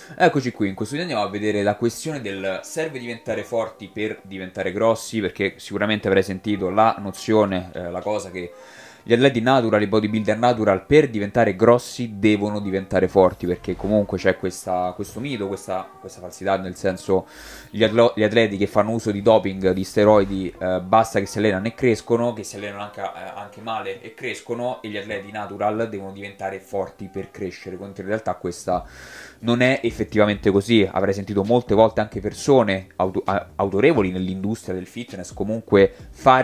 Eccoci qui, in questo video andiamo a vedere la questione del serve diventare forti per diventare grossi, perché sicuramente avrei sentito la nozione, la cosa che gli atleti natural, i bodybuilder natural per diventare grossi devono diventare forti, perché comunque c'è questo mito, questa falsità, nel senso gli atleti che fanno uso di doping, di steroidi, basta che si allenano e crescono, che si allenano anche male e crescono, e gli atleti natural devono diventare forti per crescere, quando in realtà questa non è effettivamente così. Avrei sentito molte volte anche persone autorevoli nell'industria del fitness comunque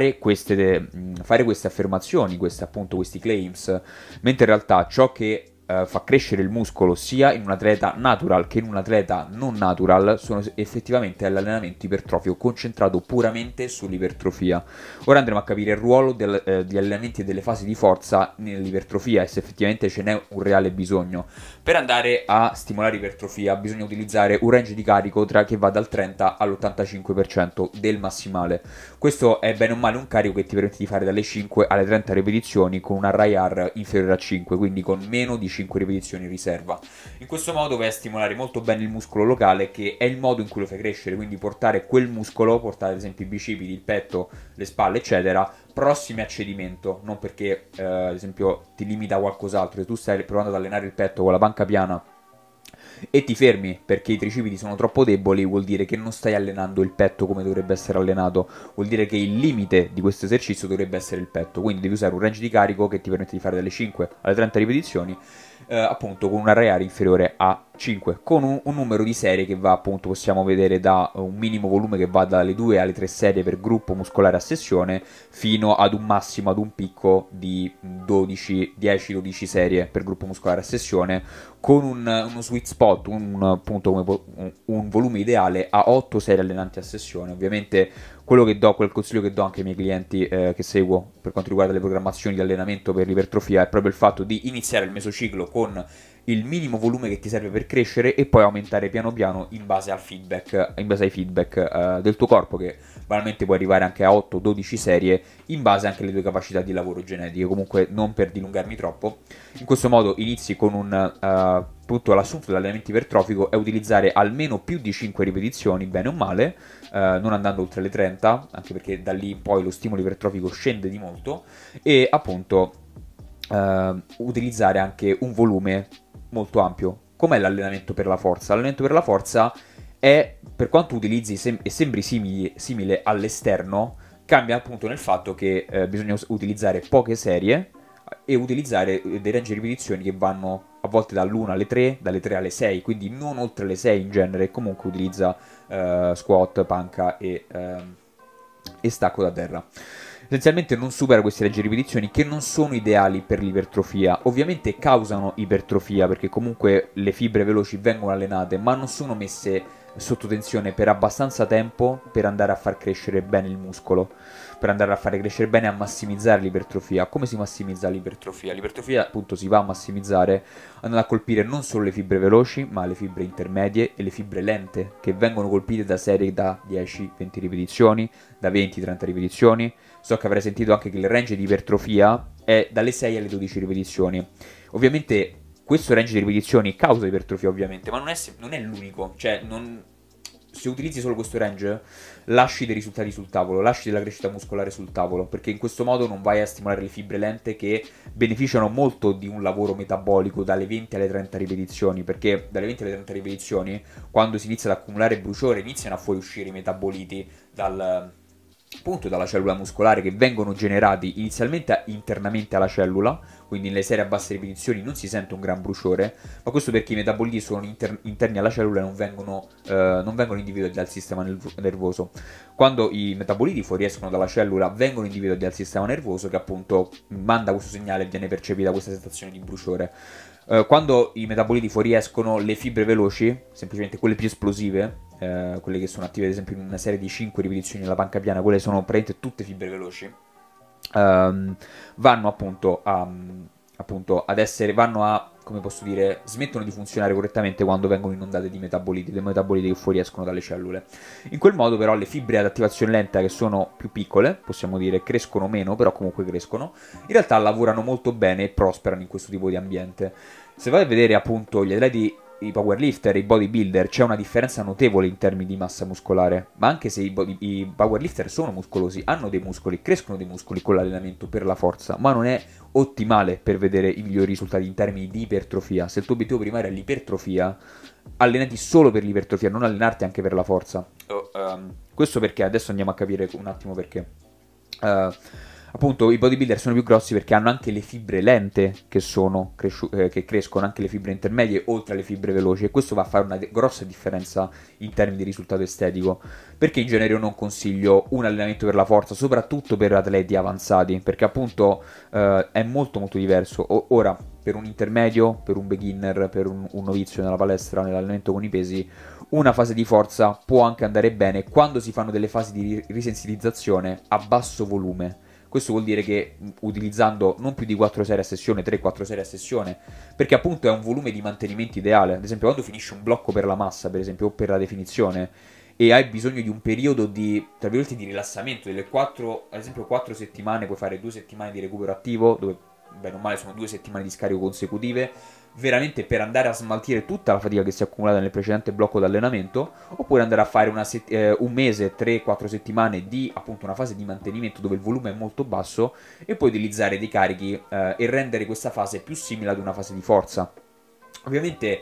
fare queste affermazioni, appunto, questi claims, mentre in realtà ciò che fa crescere il muscolo sia in un atleta natural che in un atleta non natural sono effettivamente l'allenamento ipertrofio concentrato puramente sull'ipertrofia. Ora andremo a capire il ruolo degli allenamenti e delle fasi di forza nell'ipertrofia e se effettivamente ce n'è un reale bisogno. Per andare a stimolare l'ipertrofia bisogna utilizzare un range di carico che va dal 30 all'85% del massimale. Questo è bene o male un carico che ti permette di fare dalle 5 alle 30 ripetizioni con una RIR inferiore a 5, quindi con meno di 5 ripetizioni in riserva. In questo modo vai a stimolare molto bene il muscolo locale, che è il modo in cui lo fai crescere, quindi portare quel muscolo, portare ad esempio i bicipiti, il petto, le spalle, eccetera, prossimi a cedimento, non perché ad esempio ti limita a qualcos'altro. Se tu stai provando ad allenare il petto con la panca piana e ti fermi perché i tricipiti sono troppo deboli, vuol dire che non stai allenando il petto come dovrebbe essere allenato, vuol dire che il limite di questo esercizio dovrebbe essere il petto, quindi devi usare un range di carico che ti permette di fare dalle 5 alle 30 ripetizioni, appunto con una RIR inferiore a 5, con un numero di serie che va, appunto, possiamo vedere da un minimo volume che va dalle 2 alle 3 serie per gruppo muscolare a sessione fino ad un massimo, ad un picco di 10-12 serie per gruppo muscolare a sessione, con uno sweet spot, appunto, un volume ideale a 8 serie allenanti a sessione. Ovviamente quel consiglio che do anche ai miei clienti che seguo per quanto riguarda le programmazioni di allenamento per l'ipertrofia è proprio il fatto di iniziare il mesociclo con il minimo volume che ti serve per crescere e poi aumentare piano piano in base ai feedback del tuo corpo, che banalmente può arrivare anche a 8-12 serie in base anche alle tue capacità di lavoro genetiche. Comunque, non per dilungarmi troppo, in questo modo inizi con appunto, l'assunto dell'allenamento ipertrofico è utilizzare almeno più di 5 ripetizioni, bene o male, non andando oltre le 30, anche perché da lì in poi lo stimolo ipertrofico scende di molto, e appunto utilizzare anche un volume molto ampio. Com'è l'allenamento per la forza? L'allenamento per la forza è, per quanto utilizzi e sembri simile all'esterno, cambia appunto nel fatto che bisogna utilizzare poche serie e utilizzare dei range di ripetizioni che vanno a volte dall'1 alle 3, dalle 3 alle 6, quindi non oltre le 6 in genere, e comunque utilizza squat, panca e stacco da terra. Essenzialmente non supera queste legge ripetizioni, che non sono ideali per l'ipertrofia. Ovviamente causano ipertrofia perché comunque le fibre veloci vengono allenate, ma non sono messe sotto tensione per abbastanza tempo per andare a far crescere bene il muscolo, per andare a fare crescere bene e a massimizzare l'ipertrofia. Come si massimizza l'ipertrofia? L'ipertrofia, appunto, si va a massimizzare andando a colpire non solo le fibre veloci, ma le fibre intermedie e le fibre lente, che vengono colpite da serie da 10-20 ripetizioni, da 20-30 ripetizioni. So che avrei sentito anche che il range di ipertrofia è dalle 6 alle 12 ripetizioni. Ovviamente questo range di ripetizioni causa ipertrofia, ovviamente, ma non è l'unico. Cioè, se utilizzi solo questo range, lasci dei risultati sul tavolo, lasci della crescita muscolare sul tavolo, perché in questo modo non vai a stimolare le fibre lente, che beneficiano molto di un lavoro metabolico dalle 20 alle 30 ripetizioni, perché dalle 20 alle 30 ripetizioni, quando si inizia ad accumulare bruciore, iniziano a fuoriuscire i metaboliti appunto dalla cellula muscolare, che vengono generati inizialmente internamente alla cellula, quindi nelle serie a basse ripetizioni non si sente un gran bruciore, ma questo perché i metaboliti sono interni alla cellula e non vengono individuati dal sistema nervoso. Quando i metaboliti fuoriescono dalla cellula, vengono individuati dal sistema nervoso, che appunto manda questo segnale e viene percepita questa sensazione di bruciore. Quando i metaboliti fuoriescono, le fibre veloci, semplicemente quelle più esplosive, quelle che sono attive ad esempio in una serie di 5 ripetizioni nella panca piana, quelle sono praticamente tutte fibre veloci, vanno appunto ad essere, come posso dire, smettono di funzionare correttamente quando vengono inondate di metaboliti, dei metaboliti che fuoriescono dalle cellule. In quel modo però le fibre ad attivazione lenta, che sono più piccole, possiamo dire, crescono meno, però comunque crescono, in realtà lavorano molto bene e prosperano in questo tipo di ambiente. Se vai a vedere appunto gli atleti i powerlifter e i bodybuilder c'è una differenza notevole in termini di massa muscolare, ma anche se i powerlifter sono muscolosi, hanno dei muscoli, crescono dei muscoli con l'allenamento per la forza, ma non è ottimale per vedere i migliori risultati in termini di ipertrofia. Se il tuo obiettivo primario è l'ipertrofia, allenati solo per l'ipertrofia, non allenarti anche per la forza. Questo perché, adesso andiamo a capire un attimo perché. Appunto, i bodybuilder sono più grossi perché hanno anche le fibre lente che crescono, anche le fibre intermedie oltre alle fibre veloci, e questo va a fare una grossa differenza in termini di risultato estetico. Perché in genere io non consiglio un allenamento per la forza, soprattutto per atleti avanzati, perché appunto è molto molto diverso. Ora, per un intermedio, per un beginner, per un novizio nella palestra, nell'allenamento con i pesi, una fase di forza può anche andare bene quando si fanno delle fasi di risensibilizzazione a basso volume. Questo vuol dire che utilizzando non più di 4 serie a sessione, 3-4 serie a sessione, perché appunto è un volume di mantenimento ideale. Ad esempio, quando finisci un blocco per la massa, per esempio, o per la definizione, e hai bisogno di un periodo di, tra virgolette, di rilassamento, delle 4, ad esempio 4 settimane, puoi fare 2 settimane di recupero attivo, dove bene o male sono 2 settimane di scarico consecutive, veramente per andare a smaltire tutta la fatica che si è accumulata nel precedente blocco d'allenamento, oppure andare a fare un mese, 3-4 settimane di appunto una fase di mantenimento dove il volume è molto basso, e poi utilizzare dei carichi e rendere questa fase più simile ad una fase di forza. Ovviamente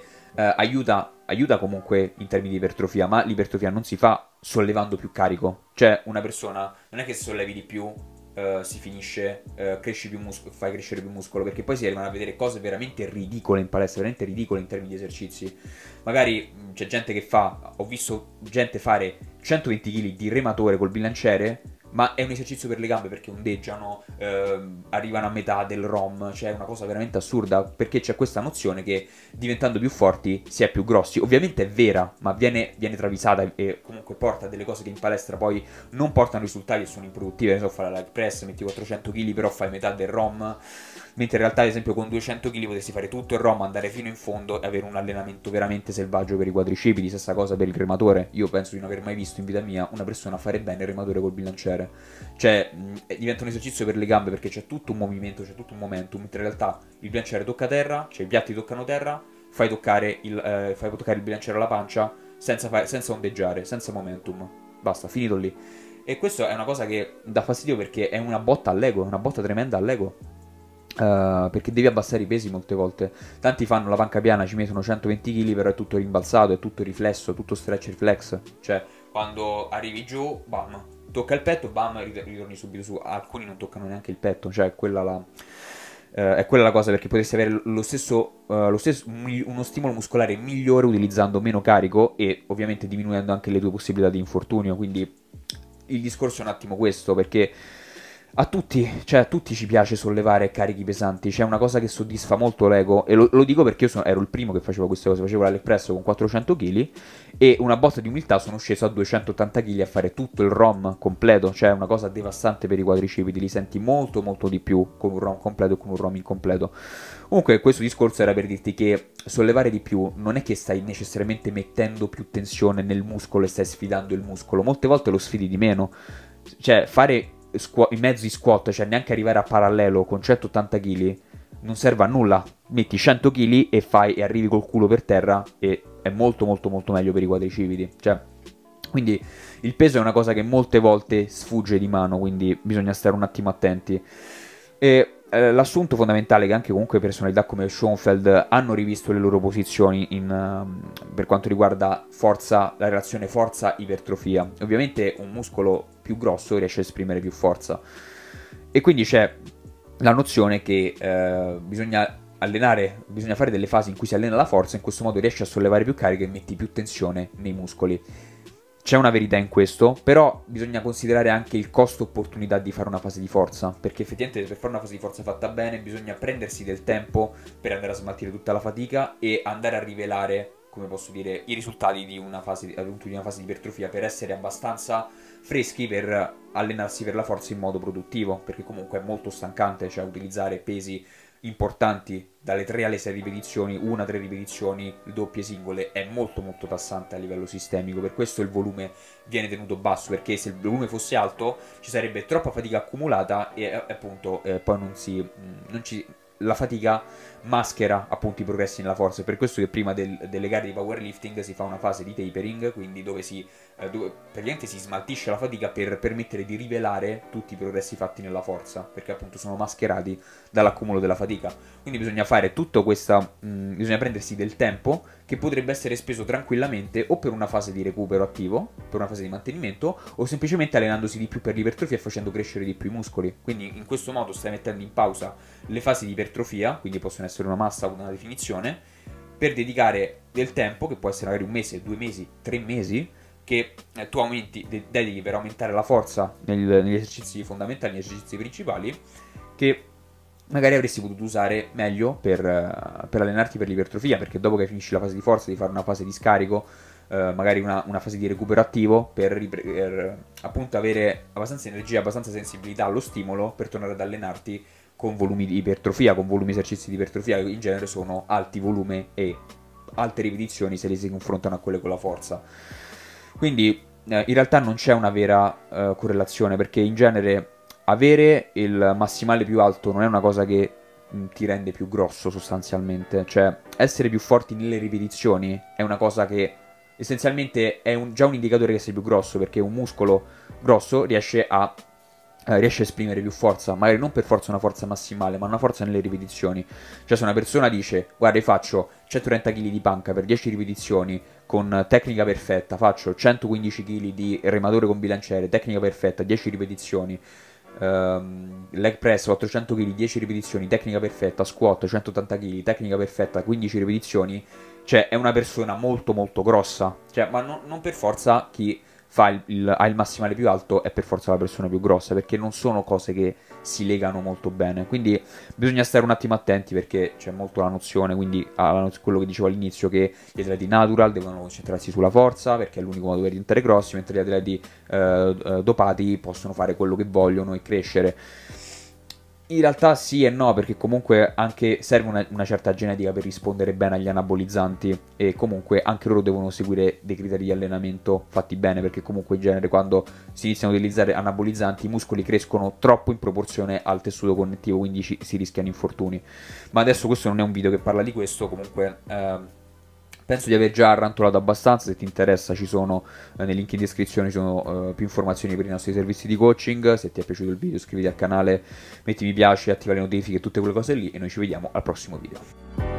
aiuta comunque in termini di ipertrofia, ma l'ipertrofia non si fa sollevando più carico. Cioè, una persona non è che se sollevi di più si finisce, cresci più fai crescere più muscolo, perché poi si arrivano a vedere cose veramente ridicole in palestra, veramente ridicole in termini di esercizi. Magari c'è gente che ho visto gente fare 120 kg di rematore col bilanciere, ma è un esercizio per le gambe perché ondeggiano, arrivano a metà del ROM, cioè è una cosa veramente assurda, perché c'è questa nozione che diventando più forti si è più grossi. Ovviamente è vera, ma viene travisata e comunque porta a delle cose che in palestra poi non portano risultati e sono improduttive. Ne so, fare la leg press, metti 400 kg però fai metà del ROM, mentre in realtà ad esempio con 200 kg potresti fare tutto il ROM, andare fino in fondo e avere un allenamento veramente selvaggio per i quadricipiti. Stessa cosa per il rematore. Io penso di non aver mai visto in vita mia una persona fare bene il rematore col bilanciere. Cioè diventa un esercizio per le gambe perché c'è tutto un movimento, c'è tutto un momentum, mentre in realtà il bilanciere tocca terra, cioè i piatti toccano terra, fai toccare il bilanciere alla pancia senza ondeggiare, senza momentum, basta, finito lì. E questo è una cosa che dà fastidio perché è una botta all'ego, è una botta tremenda all'ego. Perché devi abbassare i pesi molte volte. Tanti fanno la panca piana, ci mettono 120 kg, però è tutto rimbalzato, è tutto riflesso, tutto stretch reflex. Cioè, quando arrivi giù, bam, tocca il petto, bam, ritorni subito su. Alcuni non toccano neanche il petto, cioè è quella la cosa, perché potresti avere uno stimolo muscolare migliore utilizzando meno carico e ovviamente diminuendo anche le tue possibilità di infortunio. Quindi il discorso è un attimo questo, perché a tutti ci piace sollevare carichi pesanti, c'è una cosa che soddisfa molto l'ego, e lo dico perché io ero il primo che faceva queste cose, facevo la leg press con 400 kg e una botta di umiltà sono sceso a 280 kg a fare tutto il ROM completo, cioè è una cosa devastante per i quadricipiti, li senti molto molto di più con un ROM completo e con un ROM incompleto. Comunque questo discorso era per dirti che sollevare di più non è che stai necessariamente mettendo più tensione nel muscolo e stai sfidando il muscolo, molte volte lo sfidi di meno, cioè fare i mezzi squat, cioè neanche arrivare a parallelo con 180 kg non serve a nulla. Metti 100 kg e arrivi col culo per terra e è molto molto molto meglio per i quadricipiti. Cioè, quindi il peso è una cosa che molte volte sfugge di mano, quindi bisogna stare un attimo attenti. E l'assunto fondamentale è che anche comunque personalità come Schoenfeld hanno rivisto le loro posizioni per quanto riguarda la relazione forza-ipertrofia. Ovviamente un muscolo più grosso riesce a esprimere più forza, e quindi c'è la nozione che bisogna fare delle fasi in cui si allena la forza, in questo modo riesci a sollevare più cariche e metti più tensione nei muscoli. C'è una verità in questo, però bisogna considerare anche il costo-opportunità di fare una fase di forza, perché effettivamente per fare una fase di forza fatta bene bisogna prendersi del tempo per andare a smaltire tutta la fatica e andare a rivelare, come posso dire, i risultati di una fase di ipertrofia, per essere abbastanza freschi per allenarsi per la forza in modo produttivo, perché comunque è molto stancante, cioè utilizzare pesi importanti dalle 3 alle 6 ripetizioni, 1-3 ripetizioni, doppie singole, è molto molto tassante a livello sistemico. Per questo il volume viene tenuto basso, perché se il volume fosse alto ci sarebbe troppa fatica accumulata e appunto poi la fatica maschera appunto i progressi nella forza. È per questo che prima delle gare di powerlifting si fa una fase di tapering, quindi dove praticamente si smaltisce la fatica per permettere di rivelare tutti i progressi fatti nella forza, perché appunto sono mascherati dall'accumulo della fatica. Quindi bisogna fare tutto questa, bisogna prendersi del tempo che potrebbe essere speso tranquillamente o per una fase di recupero attivo, per una fase di mantenimento, o semplicemente allenandosi di più per l'ipertrofia e facendo crescere di più i muscoli. Quindi in questo modo stai mettendo in pausa le fasi di ipertrofia, quindi possono essere una massa o una definizione, per dedicare del tempo, che può essere magari un mese, 2 mesi, 3 mesi, che tu dedichi per aumentare la forza negli esercizi fondamentali, negli esercizi principali, che magari avresti potuto usare meglio per allenarti per l'ipertrofia, perché dopo che finisci la fase di forza devi fare una fase di scarico, magari una fase di recupero attivo per appunto avere abbastanza energia, abbastanza sensibilità allo stimolo per tornare ad allenarti con volumi di ipertrofia, con volumi esercizi di ipertrofia che in genere sono alti volume e alte ripetizioni se li si confrontano a quelle con la forza. Quindi in realtà non c'è una vera correlazione, perché in genere avere il massimale più alto non è una cosa che ti rende più grosso sostanzialmente. Cioè, essere più forti nelle ripetizioni è una cosa che essenzialmente è già un indicatore che sei più grosso, perché un muscolo grosso riesce a esprimere più forza, magari non per forza una forza massimale, ma una forza nelle ripetizioni. Cioè se una persona dice, guarda, io faccio 130 kg di panca per 10 ripetizioni con tecnica perfetta, faccio 115 kg di rematore con bilanciere, tecnica perfetta, 10 ripetizioni, leg press 800 kg, 10 ripetizioni, tecnica perfetta, squat 180 kg, tecnica perfetta, 15 ripetizioni, cioè è una persona molto molto grossa. Cioè, ma non per forza chi ha il massimale più alto è per forza la persona più grossa, perché non sono cose che si legano molto bene. Quindi bisogna stare un attimo attenti, perché c'è molto la nozione, quindi quello che dicevo all'inizio, che gli atleti natural devono concentrarsi sulla forza perché è l'unico modo per diventare grossi, mentre gli atleti dopati possono fare quello che vogliono e crescere. In realtà sì e no, perché comunque anche serve una certa genetica per rispondere bene agli anabolizzanti, e comunque anche loro devono seguire dei criteri di allenamento fatti bene, perché comunque in genere quando si iniziano a utilizzare anabolizzanti i muscoli crescono troppo in proporzione al tessuto connettivo, quindi si rischiano infortuni. Ma adesso questo non è un video che parla di questo, comunque penso di aver già rantolato abbastanza. Se ti interessa ci sono nei link in descrizione, ci sono più informazioni per i nostri servizi di coaching. Se ti è piaciuto il video iscriviti al canale, metti mi piace, attiva le notifiche, tutte quelle cose lì, e noi ci vediamo al prossimo video.